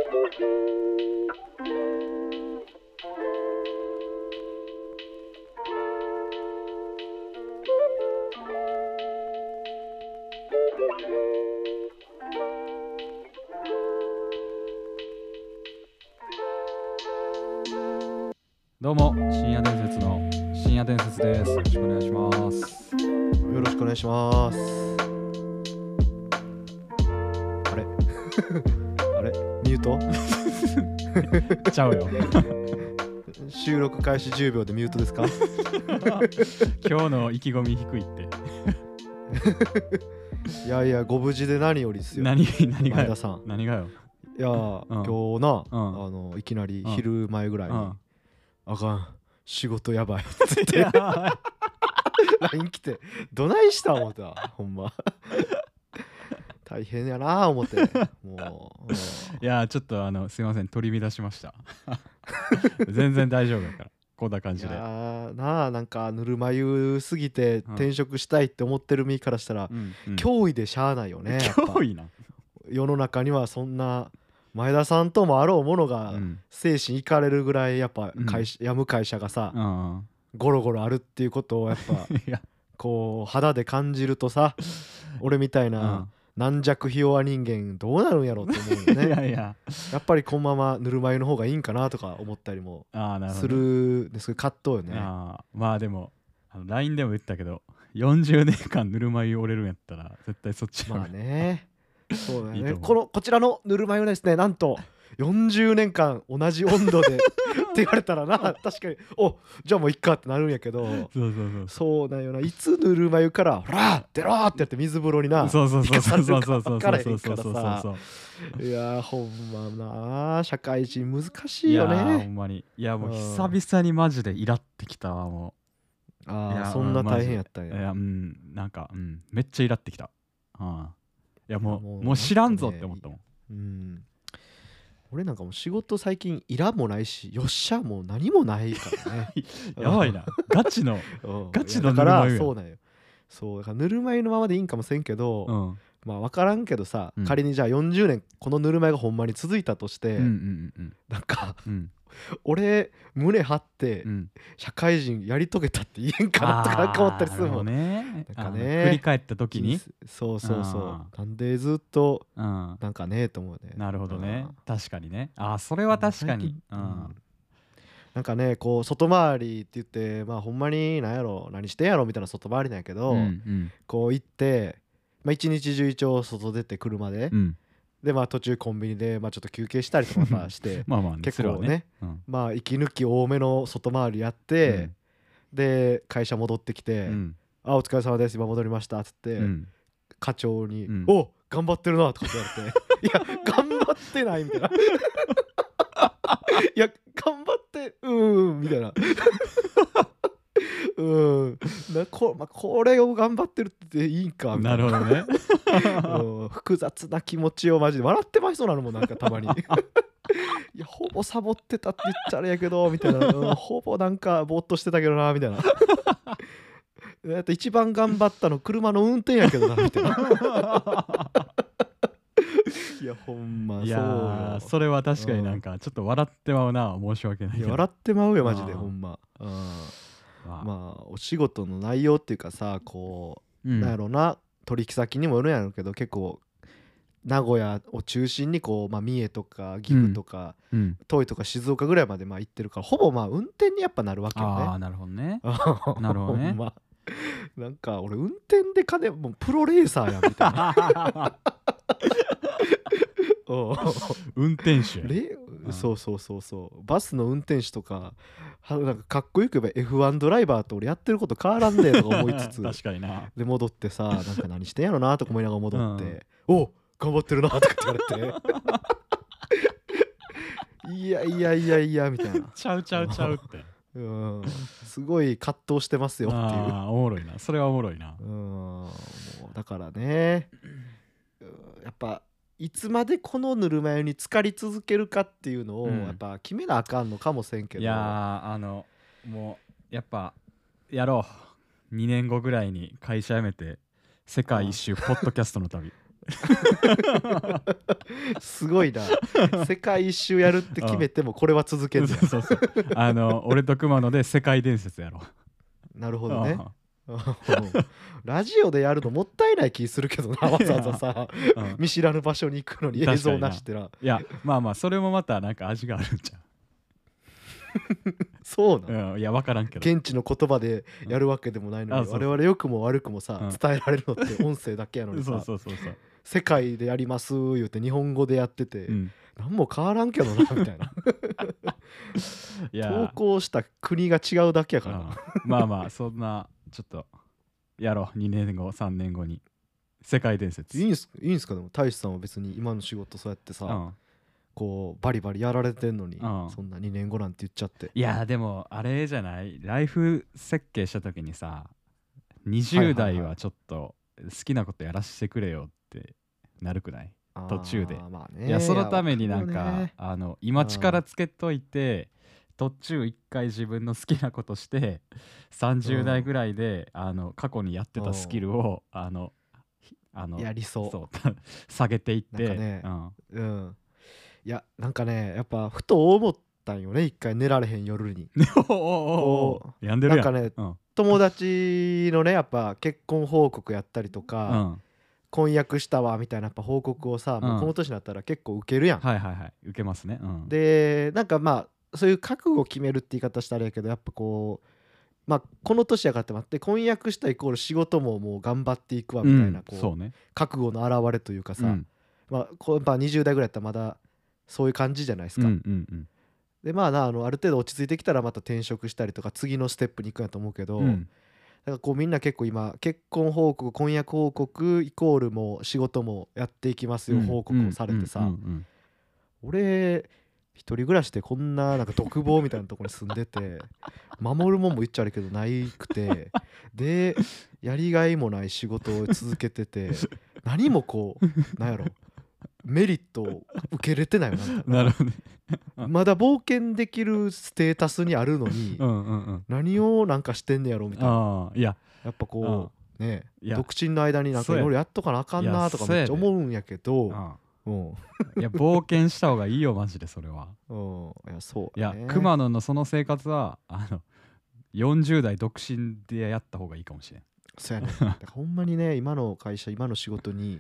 どうも、深夜伝説の深夜伝説です。よろしくお願いします。 よろしくお願いします。あれあれミュートちゃうよ。 収録開始10秒でミュートですか？ 今日の意気込み低いって。 いやいや、ご無事で何よりですよ。 何がよ。 前田さん。 何がよ。 いや、今日な、いきなり昼前ぐらいに、あかん、仕事やばいって言って LINE 来て、どないした思ったほんま。大変やな思ってもう、 いやちょっとすいません、取り乱しました。全然大丈夫だから、こんな感じで。 いやなんかぬるま湯すぎて転職したいって思ってる身からしたら、脅威でしゃあないよね。 脅威な。 世の中にはそんな前田さんともあろうものが精神いかれるぐらいやっぱやむ会社がさ、ゴロゴロあるっていうことをやっぱこう肌で感じるとさ、俺みたいな軟弱ひ弱人間どうなるんやろうと思うよね。やっぱりこのままぬるま湯の方がいいんかなとか思ったりもするんですけど、葛藤よね。 まあでもLINE でも言ったけど、40年間ぬるま湯折れるんやったら絶対そっち。 まあね、そうだね。こちらのぬるま湯ですね、なんと40年間同じ温度でって言われたらな、確かにじゃあもういっかってなるんやけど、そうなんよな。いつぬるま湯からほら出ろってやって水風呂にな、 そういやほんまな、社会人難しいよね。 いやほんまに。いやもう久々にマジでイラってきたわ。もうそんな大変やったんや。 いやなんかめっちゃイラってきた。いやもう知らんぞって思ったもん。 俺なんかもう仕事最近イラもないし、よっしゃもう何もないからね。 やばいな、ガチのだからそうなんよ。そうだからぬるま湯のままでいいんかもせんけど、まあ分からんけどさ、仮にじゃあ40年このぬるま湯がほんまに続いたとして、なんか俺胸張って社会人やり遂げたって言えんかなとか思ったりするもんね。 なんかね、振り返った時にそうなんでずっとなんかねと思うね。 なるほどね、確かにね。それは確かに。 なんかね、こう外回りって言って、まあほんまに何やろ何してんやろみたいな外回りなんやけど、こう行って一日中一応外出て車で、でまあ途中コンビニでちょっと休憩したりとかして結構ね、まあ息抜き多めの外回りやって、で会社戻ってきて「お疲れ様です、今戻りました」っつって課長に「お頑張ってるな」とか言われて「いや頑張ってない」みたいな「いや頑張ってみたいなこれを頑張ってるっていいんかみたいな。 なるほどね。 複雑な気持ちをマジで笑ってまいそうなのもなんかたまにいやほぼサボってたって言っちゃあれやけどみたいな、ほぼなんかぼーっとしてたけどなみたいな一番頑張ったの車の運転やけどなみたいないやほんまそうよ。いやそれは確かになんかちょっと笑ってまうな。申し訳ないけど。 笑ってまうよマジでほんま。まあお仕事の内容っていうかさ、こうなんやろな、取引先にもよるんやろうけど、結構名古屋を中心にこう三重とか岐阜とか遠いとか静岡ぐらいまで行ってるから、ほぼ運転にやっぱなるわけよね。 なるほどね。なるほどね。 なんか俺運転で金もうプロレーサーやみたいな。 運転手。 そうバスの運転手とかなんかかっこよく言えば F1 ドライバーと俺やってること変わらんねえとか思いつつ確かにな。 で戻ってさ、なんか何してんやろなとか思いながら戻って頑張ってるなとかって言われていやみたいなちゃうってすごい葛藤してますよっていう。 おもろいな、それはおもろいな。 もうだからね、やっぱいつまでこのぬるま湯に浸かり続けるかっていうのをやっぱ決めなあかんのかもせんけど、 いやもうやっぱやろう。2年後ぐらいに会社辞めて世界一周ポッドキャストの旅。 すごいな。世界一周やるって決めてもこれは続ける。 そうそう俺と熊野で世界伝説やろう。なるほどね。ラジオでやるのもったいない気するけどな、わざわざさ、見知らぬ場所に行くのに映像なしってな。 いやまあまあそれもまたなんか味があるんちゃう。 そうなの、 いや分からんけど現地の言葉でやるわけでもないのに、我々良くも悪くもさ、伝えられるのって音声だけやのにさ、世界でやります言うて日本語でやってて、何も変わらんけどなみたいな。投稿した国が違うだけやからな。 まあまあそんなちょっとやろう、2年後3年後に世界伝説。 いいんすか。でも大志さんは別に今の仕事そうやってさ、こうバリバリやられてんのに、そんな2年後なんて言っちゃって。 いやでもあれじゃない、ライフ設計した時にさ、20代はちょっと好きなことやらせてくれよってなるくない？途中で。いやそのためになんか今力つけといて、途中一回自分の好きなことして30代ぐらいで過去にやってたスキルをやりそう下げていって、 なんかね、いやなんかね、やっぱふと思ったんよね、一回寝られへん夜に。 やんでるやん。 なんかね、友達のねやっぱ結婚報告やったりとか、婚約したわみたいなやっぱ報告をさ、もうこの年になったら結構受けるやん。 受けますね。 でなんかまあそういう覚悟を決めるって言い方したらやけど、やっぱこうまあこの年やからって待って、婚約したイコール仕事ももう頑張っていくわみたいな、こう覚悟の表れというかさ、まあこうやっぱ20代ぐらいやったらまだそういう感じじゃないですか。でまあある程度落ち着いてきたらまた転職したりとか次のステップに行くんやと思うけど、だからこうみんな結構今結婚報告婚約報告イコールもう仕事もやっていきますよ報告をされてさ、俺一人暮らしでこんななんか独房みたいなところに住んでて守るもんも言っちゃあるけどないくて、でやりがいもない仕事を続けてて、何もこうなんやろメリットを受けれてないよな。 なるほどね。 まだ冒険できるステータスにあるのに何をなんかしてんねやろみたいな。やっぱこうね、独身の間になんかいろいろやっとかなあかんなとかめっちゃ思うんやけど、 いや冒険した方がいいよマジでそれは。 いやそういや熊野のその生活は40代独身でやった方がいいかもしれん。 そうやね。だからほんまにね、今の会社今の仕事に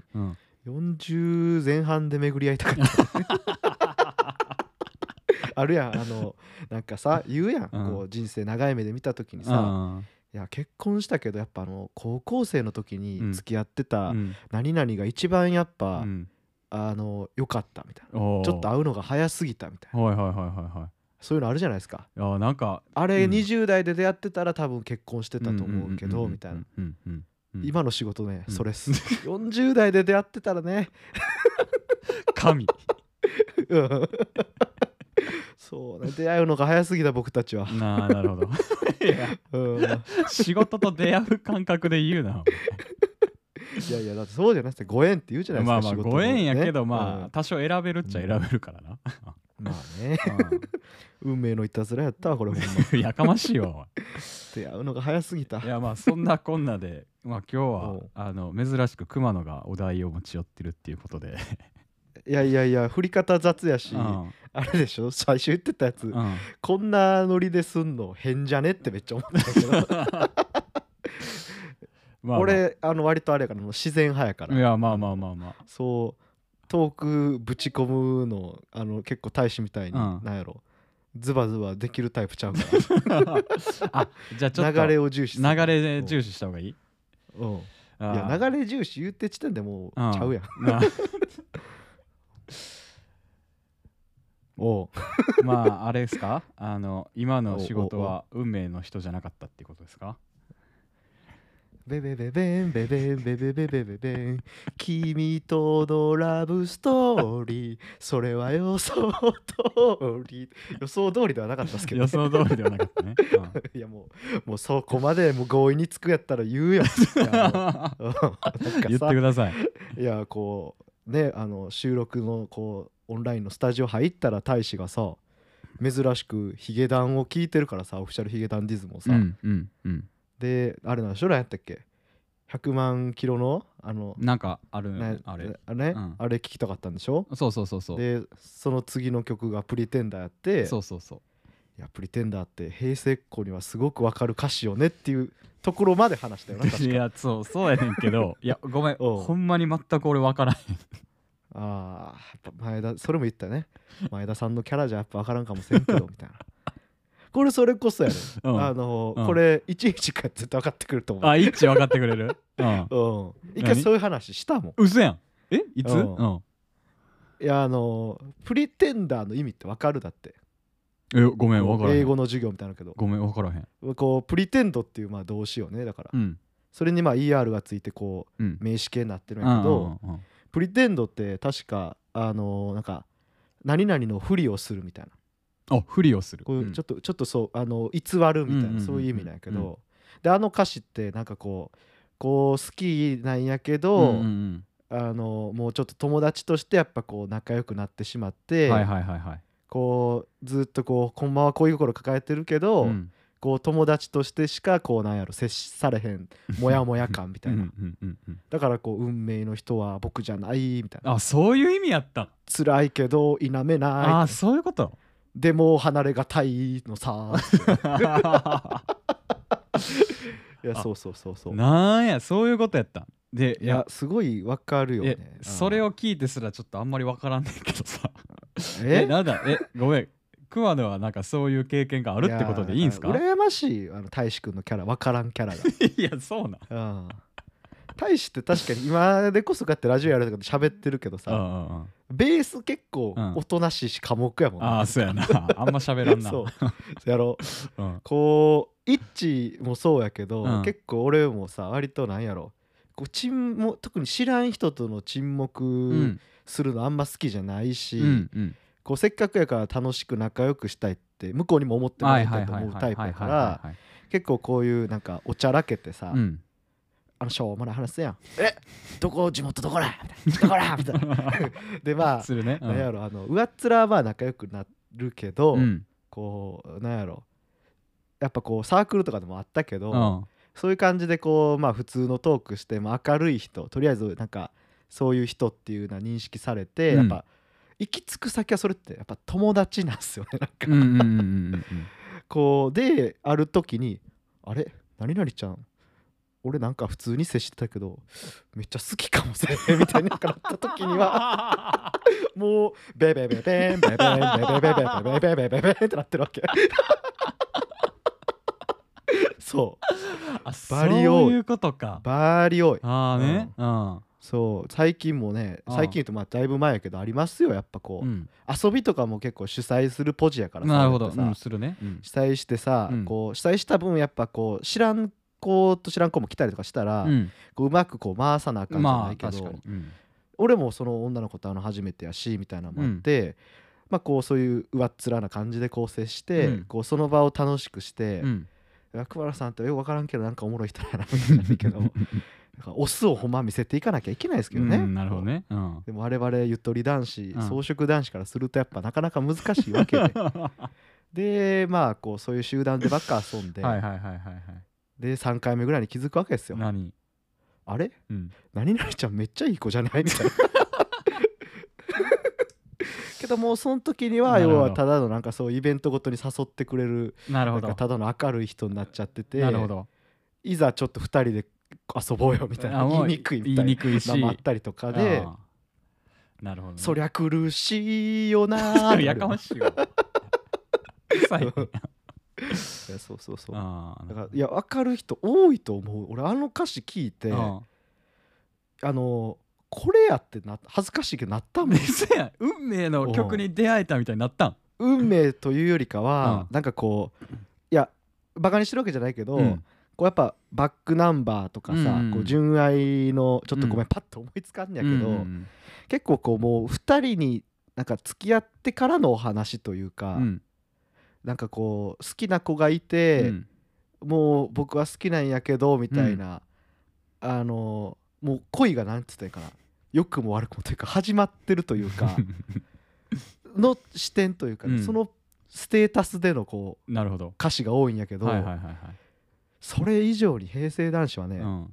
40前半で巡り合いたかったあるやん、なんかさ言うやん、こう人生長い目で見た時にさ、いや結婚したけどやっぱ高校生の時に付き合ってた何々が一番やっぱ良かったみたいな、ちょっと会うのが早すぎたみたいな、そういうのあるじゃないですか。 なんかあれ20代で出会ってたら多分結婚してたと思うけどみたいな。今の仕事ね、それっす。40代で出会ってたらね神そうね、出会うのが早すぎた僕たちは。 なるほど仕事と出会う感覚で言うな。 いやいやだってそうじゃなくてご縁って言うじゃないですか。 ご縁やけど多少選べるっちゃ選べるからな。 まあね運命のいたずらやったわこれ。 やかましいわ。 出会うのが早すぎた。 いやそんなこんなで今日は珍しく熊野がお題を持ち寄ってるっていうことでいや振り方雑やし、あれでしょ最初言ってたやつ、こんなノリですんの変じゃねってめっちゃ思ったけど俺割とあれやから自然派やから。 いやそうトークぶち込むの結構大使みたいに、なんやろズバズバできるタイプちゃうからじゃあちょっと流れを重視した方がいい。いや流れ重視言って時点でもうちゃうやんあれですか、今の仕事は運命の人じゃなかったっていうことですか。 ベベベベンベベンベベベベベベン君とのラブストーリーそれは予想通り。予想通りではなかったですけど、 予想通りではなかったねいやもうそこまでもう強引につくやったら言うやん言ってください。 いやこうね収録のこうオンラインのスタジオ入ったら大使がさ珍しくヒゲダンを聞いてるからさ、オフィシャルヒゲダンディズムをさ、であれなんでしょ、何やったっけ、 100万キロのなんかあるねあれ、 あれ、 うん、 あれ聞きたかったんでしょ。 そうそうそうそう。 でその次の曲がプリテンダーやって、 そうそうそう。 いやプリテンダーって平成っ子にはすごくわかる歌詞よねっていうところまで話したよな確か。 いやそうやねんけどいやごめんおうほんまに全く俺分からへん。 ああやっぱ前田それも言ったね、前田さんのキャラじゃやっぱ分からんかもしれんけどみたいな。これそれこそやね、 うんこれ11か絶対分かってくると思う。 あ一致分かってくれる。 一回そういう話したもん。 うそやん。いつ？ いやプリテンダーの意味って分かるだって。 ごめん分からへん。 英語の授業みたいなけどごめん分からへん。 こうプリテンドっていうまあ動詞よねだから、それにまあ ER がついてこう、名詞形になってるんやけど、プリテンドって確かなんか何々のふりをするみたいな。 ふりをする。 こうちょっとそう偽るみたいなそういう意味なんやけど、で歌詞ってなんかこう好きなんやけど、もうちょっと友達としてやっぱこう仲良くなってしまって、こうずっとこうほんまは恋心抱えてるけど、こう友達としてしかこうなんやろ接されへんモヤモヤ感みたいな。だからこう運命の人は僕じゃないみたいな。 そういう意味やった。 辛いけど否めない。 そういうこと。 でも離れがたいのさ。いやそうなんやそういうことやったで。 いやすごいわかるよね。 それを聞いてすらちょっとあんまりわからんねんけどさ。 なんだごめん熊野はなんかそういう経験があるってことでいいんすか？ 羨ましい大志くんのキャラわからんキャラが。 いやそうな。 大志って確かに今でこそこうやってラジオやるとか喋ってるけどさ、ベース結構おとなしいし寡黙やもんね。 そうやな。あんま喋らんな。 そうやろ。こうイッチもそうやけど、結構俺もさ割となんやろこう特に知らん人との沈黙するのあんま好きじゃないし、こうせっかくやから楽しく仲良くしたいって向こうにも思ってもらいたいと思うタイプやから、結構こういうなんかおちゃらけてさ、しょうもない話すやん。地元どこらどこらみたいな。でまあなんやろ上っ面は仲良くなるけど、こうなんやろやっぱこうサークルとかでもあったけど、そういう感じでこうまあ普通のトークしても明るい人、とりあえずなんかそういう人っていうのは認識されて、やっぱ行き着く先はそれってやっぱ友達なんですよね。なんかこうである時にあれ何々ちゃん俺なんか普通に接してたけどめっちゃ好きかもしれへんみたいになった時にはもうベベベベンベベンベベベベベベベベベベンってなってるわけ。そうバリ多い。そういうことか。 バリ多い。そう最近もね、最近とまあだいぶ前やけどありますよ。やっぱこう遊びとかも結構主催するポジやからさ。 なるほど。するね。 主催してさ、こう主催した分やっぱこう知らん子と知らん子も来たりとかしたら、こううまくこう回さなあかんじゃないけど、俺もその女の子と初めてやしみたいなのもあって、まあこうそういう上っ面な感じで構成して、こうその場を楽しくして、熊原さんってよく分からんけどなんかおもろい人やなみたいなけどオスをほんま見せていかなきゃいけないですけどね。 なるほどね。 でも我々ゆとり男子、草食男子からするとやっぱなかなか難しいわけででまあこうそういう集団でばっか遊んで、で3回目ぐらいに気づくわけですよ。あれ、何々ちゃんめっちゃいい子じゃないみたいな。けどもうその時には要はただのなんかそうイベントごとに誘ってくれるなんかただの明るい人になっちゃってて、いざちょっと2人で遊ぼうよみたいな言いにくいみたいなのもあったりとかで、 なるほど、 そりゃ苦しいよなー。 やかましいわ。 いやそうだからいや分かる人多いと思う。俺歌詞聞いてこれやって恥ずかしいけどなったもん。 運命の曲に出会えたみたいになったん。 運命というよりかはなんかこういやバカにしてるわけじゃないけど、こうやっぱバックナンバーとかさ、こう純愛のちょっとごめんパッと思いつかんやけど、結構こうもう2人になんか付き合ってからのお話というか、なんかこう好きな子がいて、もう僕は好きなんやけどみたいな、もう恋がなんつったらいいかな、良くも悪くもというか始まってるというかの視点というか、そのステータスでのこう歌詞が多いんやけど、それ以上に平成男子はね、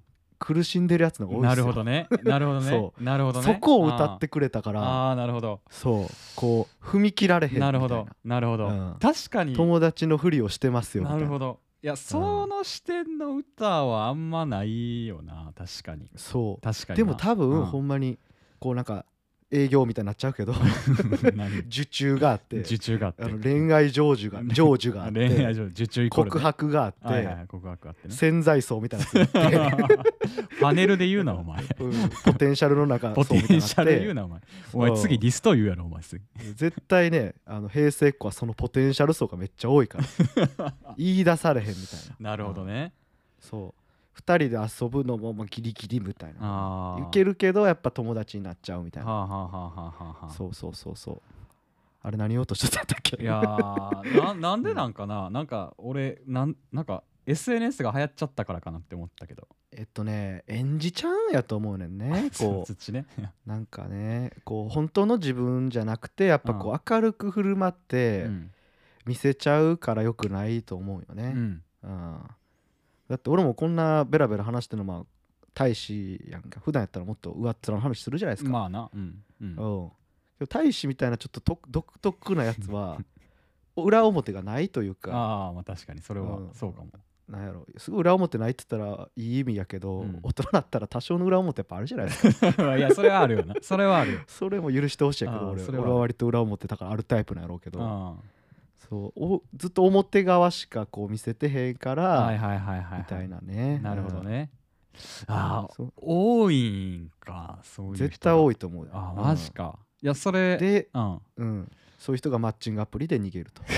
苦しんでるやつのが多いですよ。 なるほどねなるほどねそうなるほどね。 そこを歌ってくれたからああなるほど。 そうこう踏み切られへんみたいな。 なるほどなるほど、確かに友達のふりをしてますよみたいな。 なるほど。いやその視点の歌はあんまないよな確かに。 そう確かにでも多分ほんまにこうなんか営業みたいになっちゃうけど受注があって受注があって恋愛成就があって恋愛受注イコール、 告白があって、 はいはい、告白あってね、 潜在層みたいなやつがあってパネルで言うなお前、 ポテンシャルの中ポテンシャルで言うなお前次リスト言うやろお前絶対ね平成っ子はそのポテンシャル層がめっちゃ多いから言い出されへんみたいな。 なるほどね、 そう2人で遊ぶのもギリギリみたいな。いけるけどやっぱ友達になっちゃうみたいな。そうそうそうそう。あれ何言おうとしてたんだっけ。 いやなんでなんかな、なんか俺なんか SNS が流行っちゃったからかなって思ったけど、 演じちゃうんやと思うねんね。こうねなんかねこう本当の自分じゃなくてやっぱこう明るく振る舞って見せちゃうからよくないと思うよね。だって俺もこんなベラベラ話してるのまあ大使やんか。普段やったらもっと上っ面の話するじゃないですか。 まあな大使みたいなちょっと独特なやつは裏表がないというかまあ確かにそれはそうかも。 なんやろすごい裏表ないって言ったらいい意味やけど、大人だったら多少の裏表やっぱあるじゃないですか。 いやそれはあるよなそれはあるよ。 それも許してほしいやけど俺は割と裏表だからあるタイプなんやろうけど、そうずっと表側しかこう見せてへんからみたいなね。 なるほどね。多いんかそういう人。 絶対多いと思う。 マジか。いやそれでそういう人がマッチングアプリで逃げると。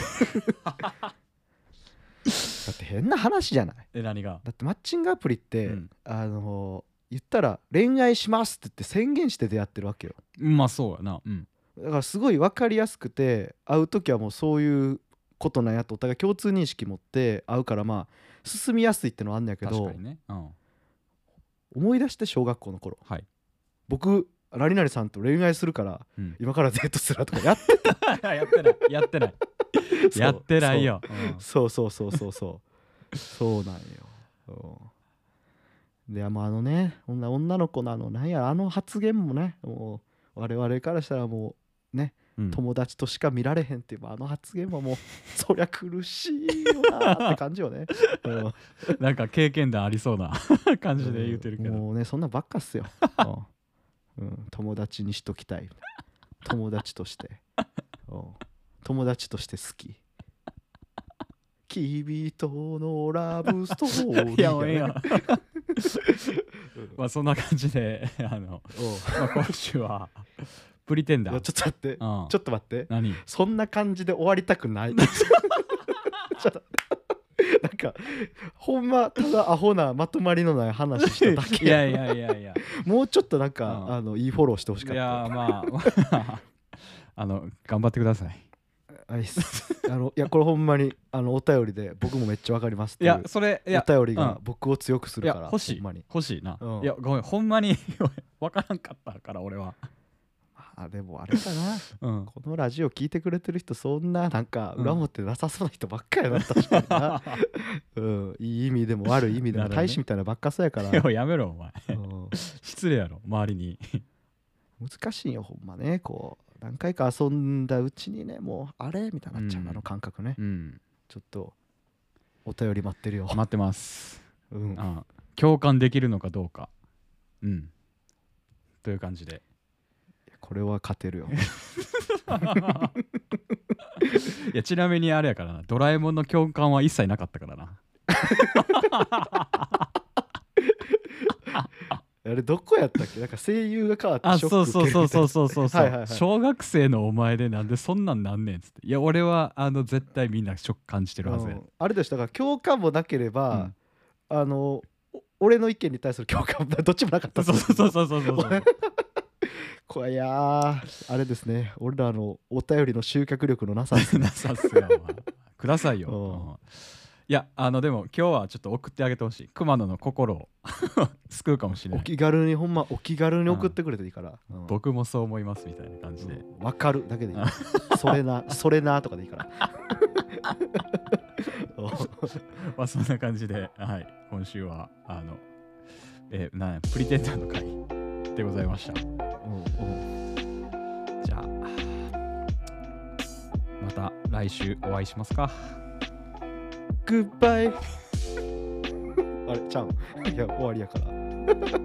だって変な話じゃない。 何が。 だってマッチングアプリって言ったら恋愛しますって言って宣言して出会ってるわけよ。 まあそうやな。 だからすごい分かりやすくて会う時はもうそういうことなんやとお互い共通認識持って会うからまあ進みやすいってのはあんねやけど、思い出して小学校の頃、僕何々さんと恋愛するから今からデートするとかやってた。 やってないやってないやってないよ。 そうそうなんよ。でも女の子のなんや発言もねもう我々からしたらもうね友達としか見られへんっていう発言はもうそりゃ苦しいよなって感じよね。 なんか経験談ありそうな感じで言うてるけど、 もうねそんなばっかっすよ。友達にしときたい。友達として友達として好き。君とのラブストーリー。いやもういいよ。 まあそんな感じで今週はプリテンダー。 ちょっと待って。 何？ そんな感じで終わりたくない。なんかほんまただアホなまとまりのない話しただけ。 いやもうちょっとなんかいいフォローしてほしかった。 いやまあ頑張ってください。 いやこれほんまにお便りで僕もめっちゃわかりますっていう。いやそれお便りが僕を強くするから。 欲しいな。いやごめんほんまにわからんかったから俺は。 でもあれかな、このラジオ聞いてくれてる人そんななんか裏表なさそうな人ばっかりやな確かにな。いい意味でも悪い意味でも大使みたいなばっかそうやから。 やめろお前。失礼やろ周りに。 難しいよほんまね。こう何回か遊んだうちにねもうあれみたいになっちゃう感覚ね。ちょっとお便り待ってるよ。 待ってます。共感できるのかどうか。という感じで。 これは勝てるよ。 いやちなみにあれやからな、ドラえもんの共感は一切なかったからな。 あれどこやったっけ。なんか声優が変わってショック受けるみたいな。 そう小学生のお前でなんでそんなんなんねんっつって。いや俺は絶対みんなショック感じてるはずや。 あれでしたから共感もなければ俺の意見に対する共感もどっちもなかった。 そうこいやあれですね俺らのお便りの集客力のなさですね。 くださいよ。いやでも今日はちょっと送ってあげてほしい。熊野の心を救うかもしれない。 お気軽にほんまお気軽に送ってくれていいから、 僕もそう思いますみたいな感じで、 分かるだけでいい。それなとかでいいから。 まあそんな感じで、はい、今週はプリテンダーの回でございました。じゃあまた来週お会いしますか。 グッバイあれちゃんいや終わりやから